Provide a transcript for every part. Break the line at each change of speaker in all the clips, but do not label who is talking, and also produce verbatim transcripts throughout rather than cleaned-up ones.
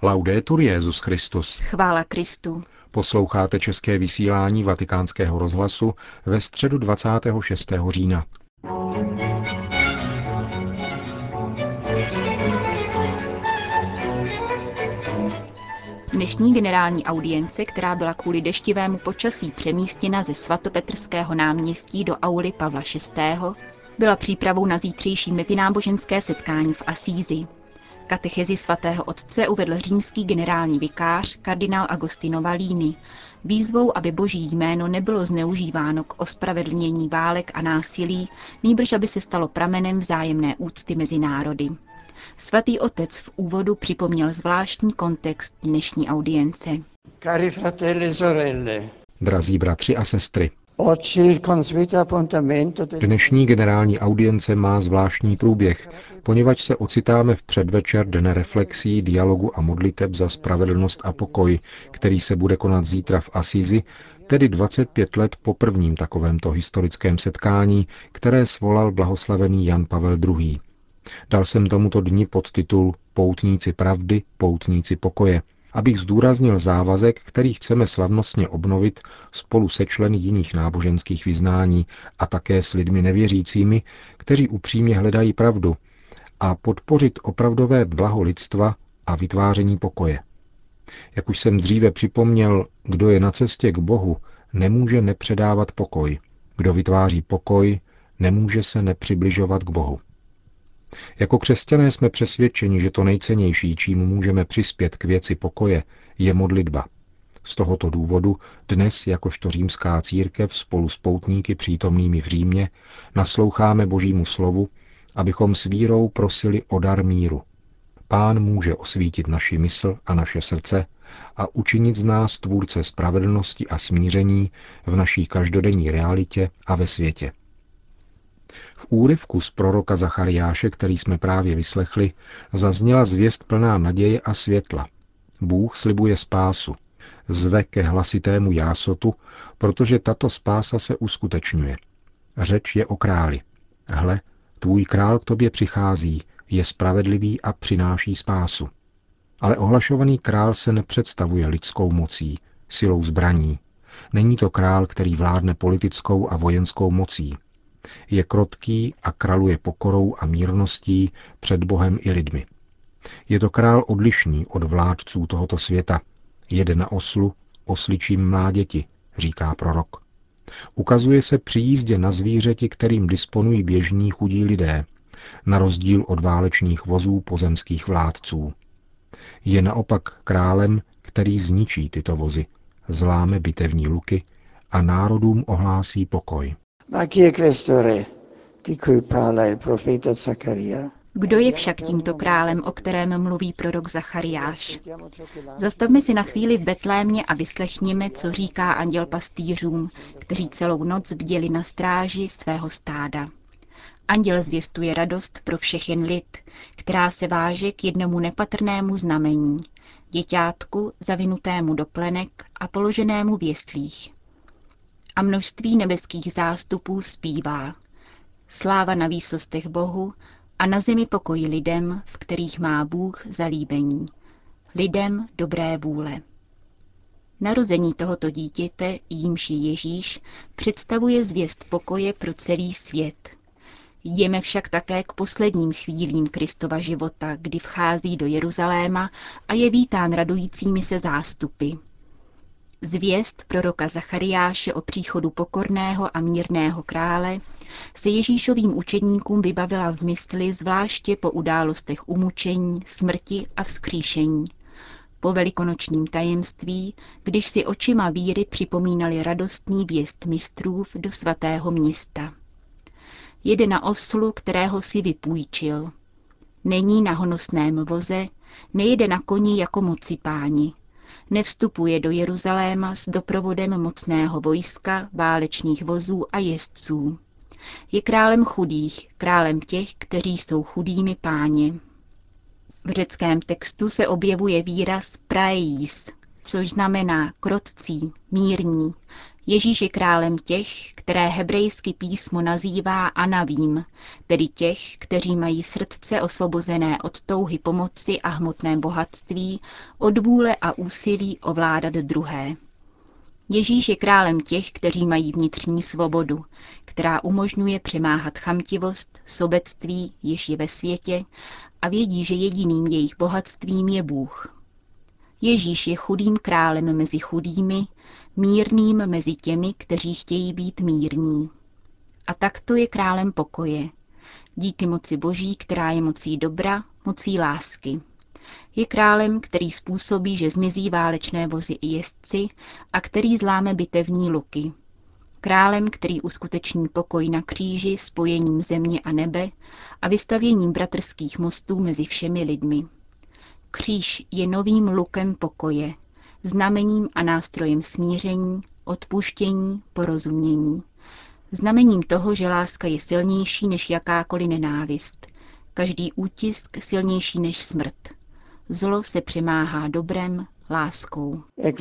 Laudetur Jesus Christus.
Chvála Kristu.
Posloucháte české vysílání Vatikánského rozhlasu ve středu dvacátého šestého října.
Dnešní generální audience, která byla kvůli deštivému počasí přemístěna ze svatopetrského náměstí do auly Pavla šestého., byla přípravou na zítřejší mezináboženské setkání v Asízi. Katechezi svatého otce uvedl římský generální vikář kardinál Agostino Valini, výzvou, aby boží jméno nebylo zneužíváno k ospravedlnění válek a násilí, nýbrž aby se stalo pramenem vzájemné úcty mezi národy. Svatý otec v úvodu připomněl zvláštní kontext dnešní audience.
Cari fratelli sorelle.
Drazí bratři a sestry, dnešní generální audience má zvláštní průběh, poněvadž se ocitáme v předvečer dne reflexí, dialogu a modliteb za spravedlnost a pokoj, který se bude konat zítra v Asízi, tedy dvacet pět let po prvním takovémto historickém setkání, které svolal blahoslavený Jan Pavel druhý. Dal jsem tomuto dni podtitul Poutníci pravdy, poutníci pokoje, abych zdůraznil závazek, který chceme slavnostně obnovit spolu se členy jiných náboženských vyznání a také s lidmi nevěřícími, kteří upřímně hledají pravdu, a podpořit opravdové blaho lidstva a vytváření pokoje. Jak už jsem dříve připomněl, kdo je na cestě k Bohu, nemůže nepředávat pokoj. Kdo vytváří pokoj, nemůže se nepřibližovat k Bohu. Jako křesťané jsme přesvědčeni, že to nejcennější, čím můžeme přispět k věci pokoje, je modlitba. Z tohoto důvodu dnes, jakožto římská církev spolu s poutníky přítomnými v Římě, nasloucháme Božímu slovu, abychom s vírou prosili o dar míru. Pán může osvítit naši mysl a naše srdce a učinit z nás tvůrce spravedlnosti a smíření v naší každodenní realitě a ve světě. V úryvku z proroka Zachariáše, který jsme právě vyslechli, zazněla zvěst plná naděje a světla. Bůh slibuje spásu. Zve ke hlasitému jásotu, protože tato spása se uskutečňuje. Řeč je o králi. Hle, tvůj král k tobě přichází, je spravedlivý a přináší spásu. Ale ohlašovaný král se nepředstavuje lidskou mocí, silou zbraní. Není to král, který vládne politickou a vojenskou mocí. Je krotký a kraluje pokorou a mírností před Bohem i lidmi. Je to král odlišný od vládců tohoto světa. Jede na oslu, osličím mláděti, říká prorok. Ukazuje se při jízdě na zvířeti, kterým disponují běžní chudí lidé, na rozdíl od válečných vozů pozemských vládců. Je naopak králem, který zničí tyto vozy, zláme bitevní luky a národům ohlásí pokoj.
Kdo je však tímto králem, o kterém mluví prorok Zachariáš? Zastavme si na chvíli v Betlémě a vyslechněme, co říká anděl pastýřům, kteří celou noc bděli na stráži svého stáda. Anděl zvěstuje radost pro všechen lid, která se váže k jednomu nepatrnému znamení, děťátku zavinutému do plenek a položenému v jeslích. A množství nebeských zástupů zpívá: Sláva na výsostech Bohu a na zemi pokoj lidem, v kterých má Bůh zalíbení, lidem dobré vůle. Narození tohoto dítěte, jímž je Ježíš, představuje zvěst pokoje pro celý svět. Jdeme však také k posledním chvílím Kristova života, kdy vchází do Jeruzaléma a je vítán radujícími se zástupy. Zvěst proroka Zachariáše o příchodu pokorného a mírného krále se Ježíšovým učedníkům vybavila v mysli zvláště po událostech umučení, smrti a vzkříšení. Po velikonočním tajemství, když si očima víry připomínali radostný vjezd mistrův do svatého města. Jede na oslu, kterého si vypůjčil. Není na honosném voze, nejede na koni jako mocipáni. Nevstupuje do Jeruzaléma s doprovodem mocného vojska, válečných vozů a jezdců. Je králem chudých, králem těch, kteří jsou chudými páni. V řeckém textu se objevuje výraz praeis, což znamená krotcí, mírní. Ježíš je králem těch, které hebrejsky písmo nazývá Anavím, tedy těch, kteří mají srdce osvobozené od touhy pomoci a hmotné bohatství, od vůle a úsilí ovládat druhé. Ježíš je králem těch, kteří mají vnitřní svobodu, která umožňuje přemáhat chamtivost, sobectví, jež je ve světě, a vědí, že jediným jejich bohatstvím je Bůh. Ježíš je chudým králem mezi chudými, mírným mezi těmi, kteří chtějí být mírní. A takto je králem pokoje. Díky moci Boží, která je mocí dobra, mocí lásky. Je králem, který způsobí, že zmizí válečné vozy i jezdci a který zláme bitevní luky. Králem, který uskuteční pokoj na kříži spojením země a nebe a vystavěním bratrských mostů mezi všemi lidmi. Kříž je novým lukem pokoje, znamením a nástrojem smíření, odpuštění, porozumění. Znamením toho, že láska je silnější než jakákoliv nenávist. Každý útisk silnější než smrt. Zlo se přemáhá dobrem, láskou.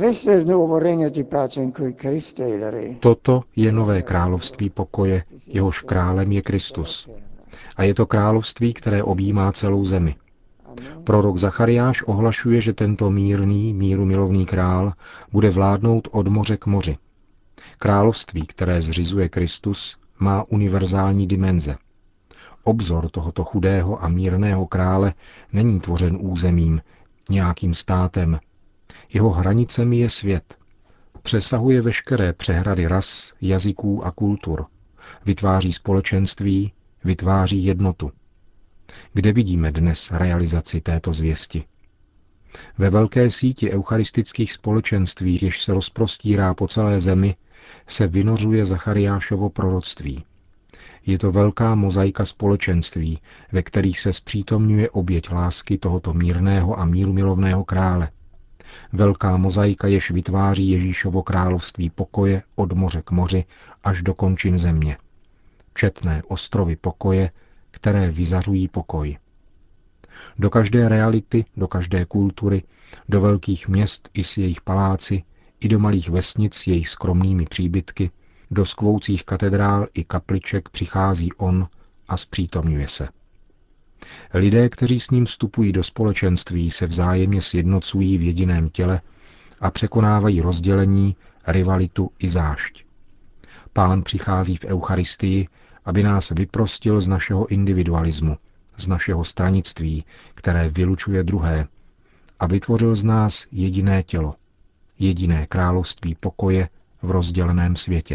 Toto je nové království pokoje, jehož králem je Kristus. A je to království, které objímá celou zemi. Prorok Zachariáš ohlašuje, že tento mírný, mírumilovný král bude vládnout od moře k moři. Království, které zřizuje Kristus, má univerzální dimenze. Obzor tohoto chudého a mírného krále není tvořen územím, nějakým státem. Jeho hranicemi je svět. Přesahuje veškeré přehrady ras, jazyků a kultur. Vytváří společenství, vytváří jednotu. Kde vidíme dnes realizaci této zvěsti? Ve velké síti eucharistických společenství, jež se rozprostírá po celé zemi, se vynořuje Zachariášovo proroctví. Je to velká mozaika společenství, ve kterých se zpřítomňuje oběť lásky tohoto mírného a mírumilovného krále. Velká mozaika, jež vytváří Ježíšovo království pokoje od moře k moři až do končin země. Četné ostrovy pokoje, které vyzařují pokoj. Do každé reality, do každé kultury, do velkých měst i s jejich paláci, i do malých vesnic s jejich skromnými příbytky, do skvoucích katedrál i kapliček přichází on a zpřítomňuje se. Lidé, kteří s ním vstupují do společenství, se vzájemně sjednocují v jediném těle a překonávají rozdělení, rivalitu i zášť. Pán přichází v Eucharistii, aby nás vyprostil z našeho individualismu, z našeho stranictví, které vylučuje druhé, a vytvořil z nás jediné tělo, jediné království pokoje v rozděleném světě.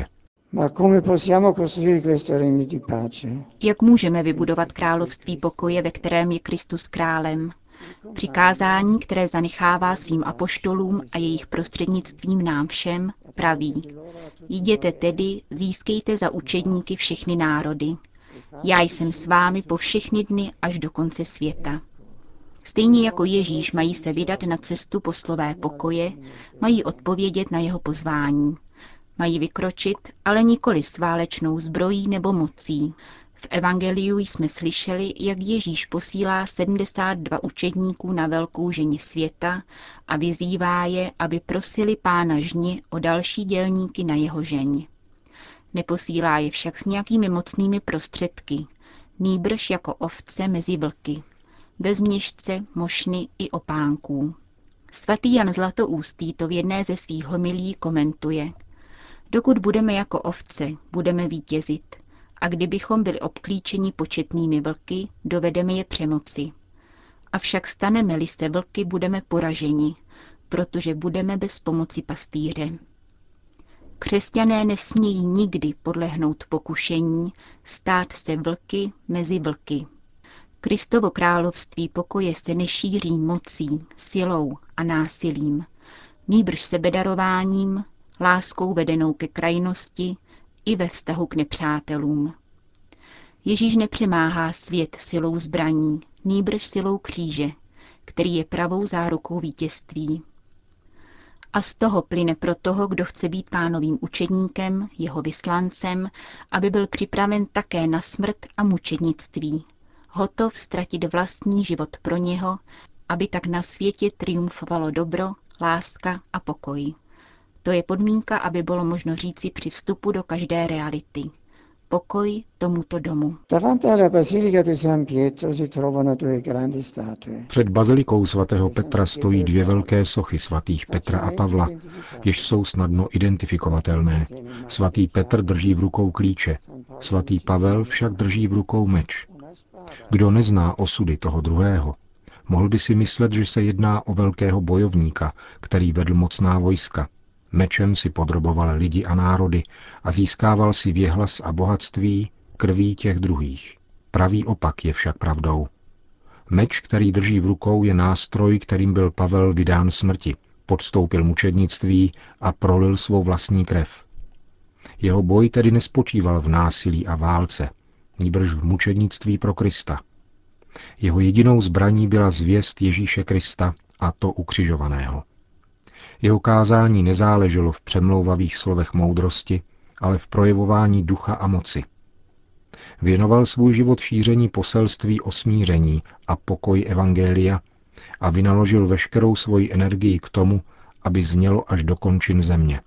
Jak můžeme vybudovat království pokoje, ve kterém je Kristus králem? Přikázání, které zanechává svým apoštolům a jejich prostřednictvím nám všem, praví: Jděte tedy, získejte za učedníky všechny národy. Já jsem s vámi po všechny dny až do konce světa. Stejně jako Ježíš mají se vydat na cestu poslové pokoje, mají odpovědět na jeho pozvání. Mají vykročit, ale nikoli s válečnou zbrojí nebo mocí. V evangeliu jsme slyšeli, jak Ježíš posílá sedmdesát dva učedníků na velkou ženi světa a vyzývá je, aby prosili Pána žně o další dělníky na jeho žeň. Neposílá je však s nějakými mocnými prostředky, nýbrž jako ovce mezi vlky, bez měšce, mošny i opánků. Svatý Jan Zlatoustý to v jedné ze svých homilí komentuje: Dokud budeme jako ovce, budeme vítězit, a kdybychom byli obklíčeni početnými vlky, dovedeme je přemoci. Avšak staneme-li se vlky, budeme poraženi, protože budeme bez pomoci pastýře. Křesťané nesmějí nikdy podlehnout pokušení stát se vlky mezi vlky. Kristovo království pokoje se nešíří mocí, silou a násilím, nýbrž sebedarováním, láskou vedenou ke krajnosti i ve vztahu k nepřátelům. Ježíš nepřemáhá svět silou zbraní, nýbrž silou kříže, který je pravou zárukou vítězství. A z toho plyne pro toho, kdo chce být Pánovým učedníkem, jeho vyslancem, aby byl připraven také na smrt a mučednictví, hotov ztratit vlastní život pro něho, aby tak na světě triumfovalo dobro, láska a pokoj. To je podmínka, aby bylo možno říci při vstupu do každé reality. Pokoj tomuto domu.
Před bazilikou svatého Petra stojí dvě velké sochy svatých Petra a Pavla, jež jsou snadno identifikovatelné. Svatý Petr drží v rukou klíče, svatý Pavel však drží v rukou meč. Kdo nezná osudy toho druhého, mohl by si myslet, že se jedná o velkého bojovníka, který vedl mocná vojska. Mečem si podroboval lidi a národy a získával si věhlas a bohatství krví těch druhých. Pravý opak je však pravdou. Meč, který drží v rukou, je nástroj, kterým byl Pavel vydán smrti, podstoupil mučednictví a prolil svou vlastní krev. Jeho boj tedy nespočíval v násilí a válce, nýbrž v mučednictví pro Krista. Jeho jedinou zbraní byla zvěst Ježíše Krista, a to ukřižovaného. Jeho kázání nezáleželo v přemlouvavých slovech moudrosti, ale v projevování ducha a moci. Věnoval svůj život šíření poselství o smíření a pokoji evangelia a vynaložil veškerou svoji energii k tomu, aby znělo až do končin země.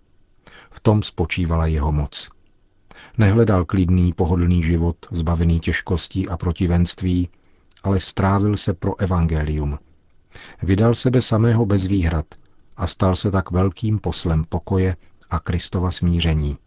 V tom spočívala jeho moc. Nehledal klidný, pohodlný život, zbavený těžkostí a protivenství, ale strávil se pro evangelium. Vydal sebe samého bez výhrad a stal se tak velkým poslem pokoje a Kristova smíření.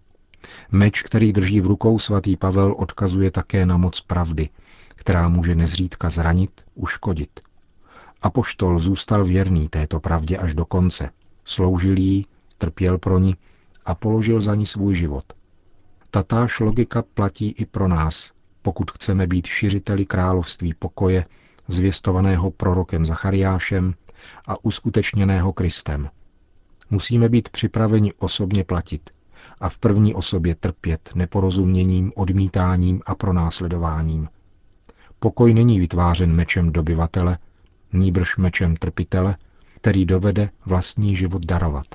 Meč, který drží v rukou svatý Pavel, odkazuje také na moc pravdy, která může nezřídka zranit, uškodit. Apoštol zůstal věrný této pravdě až do konce, sloužil jí, trpěl pro ní a položil za ní svůj život. Tatáž logika platí i pro nás, pokud chceme být šiřiteli království pokoje, zvěstovaného prorokem Zachariášem a uskutečněného Kristem. Musíme být připraveni osobně platit a v první osobě trpět neporozuměním, odmítáním a pronásledováním. Pokoj není vytvářen mečem dobyvatele, nýbrž mečem trpitele, který dovede vlastní život darovat.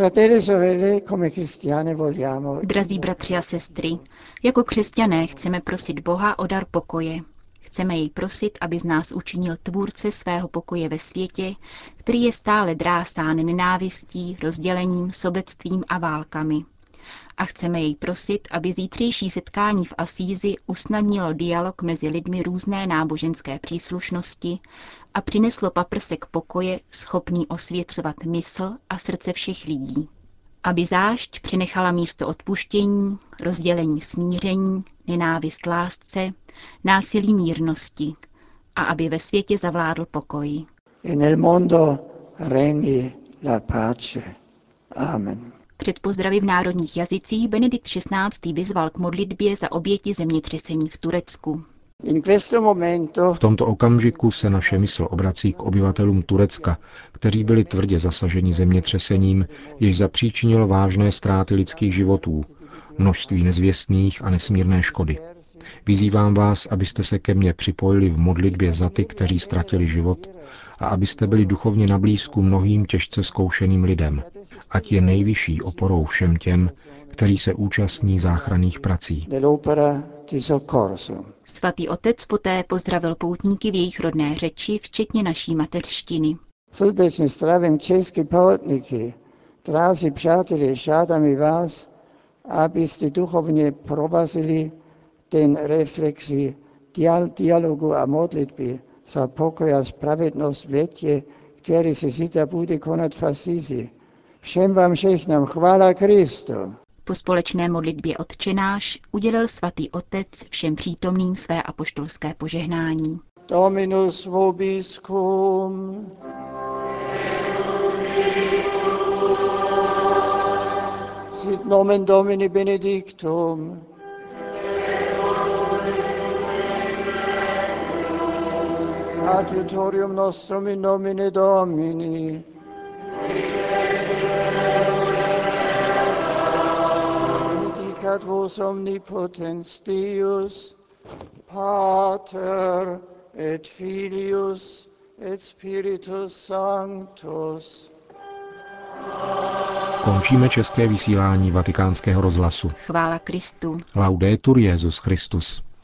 Drazí bratři a sestry, jako křesťané chceme prosit Boha o dar pokoje. Chceme jej prosit, aby z nás učinil tvůrce svého pokoje ve světě, který je stále drásán nenávistí, rozdělením, sobectvím a válkami. A chceme jej prosit, aby zítřejší setkání v Asízi usnadnilo dialog mezi lidmi různé náboženské příslušnosti a přineslo paprsek pokoje, schopný osvěcovat mysl a srdce všech lidí. Aby zášť přinechala místo odpuštění, rozdělení smíření, nenávist lásce, násilí mírnosti a aby ve světě zavládl pokoj.
Nel mondo regni la pace. Amen.
Před pozdravy v národních jazycích Benedikt šestnáctý vyzval k modlitbě za oběti zemětřesení v Turecku.
V tomto okamžiku se naše mysl obrací k obyvatelům Turecka, kteří byli tvrdě zasaženi zemětřesením, jež zapříčinilo vážné ztráty lidských životů, množství nezvěstných a nesmírné škody. Vyzývám vás, abyste se ke mně připojili v modlitbě za ty, kteří ztratili život, a abyste byli duchovně na blízku mnohým těžce zkoušeným lidem, ať je nejvyšší oporou všem těm, kteří se účastní záchranných prací.
Svatý otec poté pozdravil poutníky v jejich rodné řeči, včetně naší mateřštiny.
Srdečně zdravím české poutníky, drazí přátelé, žádáme vás, abyste duchovně provazili ten reflexi dialogu a modlitby za pokoj a spravedlnost v světě, který se zítra bude konat v Asízi. Všem vám žehnám, chvála Kristu.
Po společné modlitbě Otčenáš udělil svatý otec všem přítomným své apoštolské požehnání.
Dominus vobiscum. Sit nomen Domini benedictum. Adiutorium nostrum in nomine Domini. Benedicat vos omnipotens Deus, Pater et Filius et Spiritus Sanctus.
Končíme české vysílání Vatikánského rozhlasu.
Chvála Kristu.
Laudetur Jesus Christus.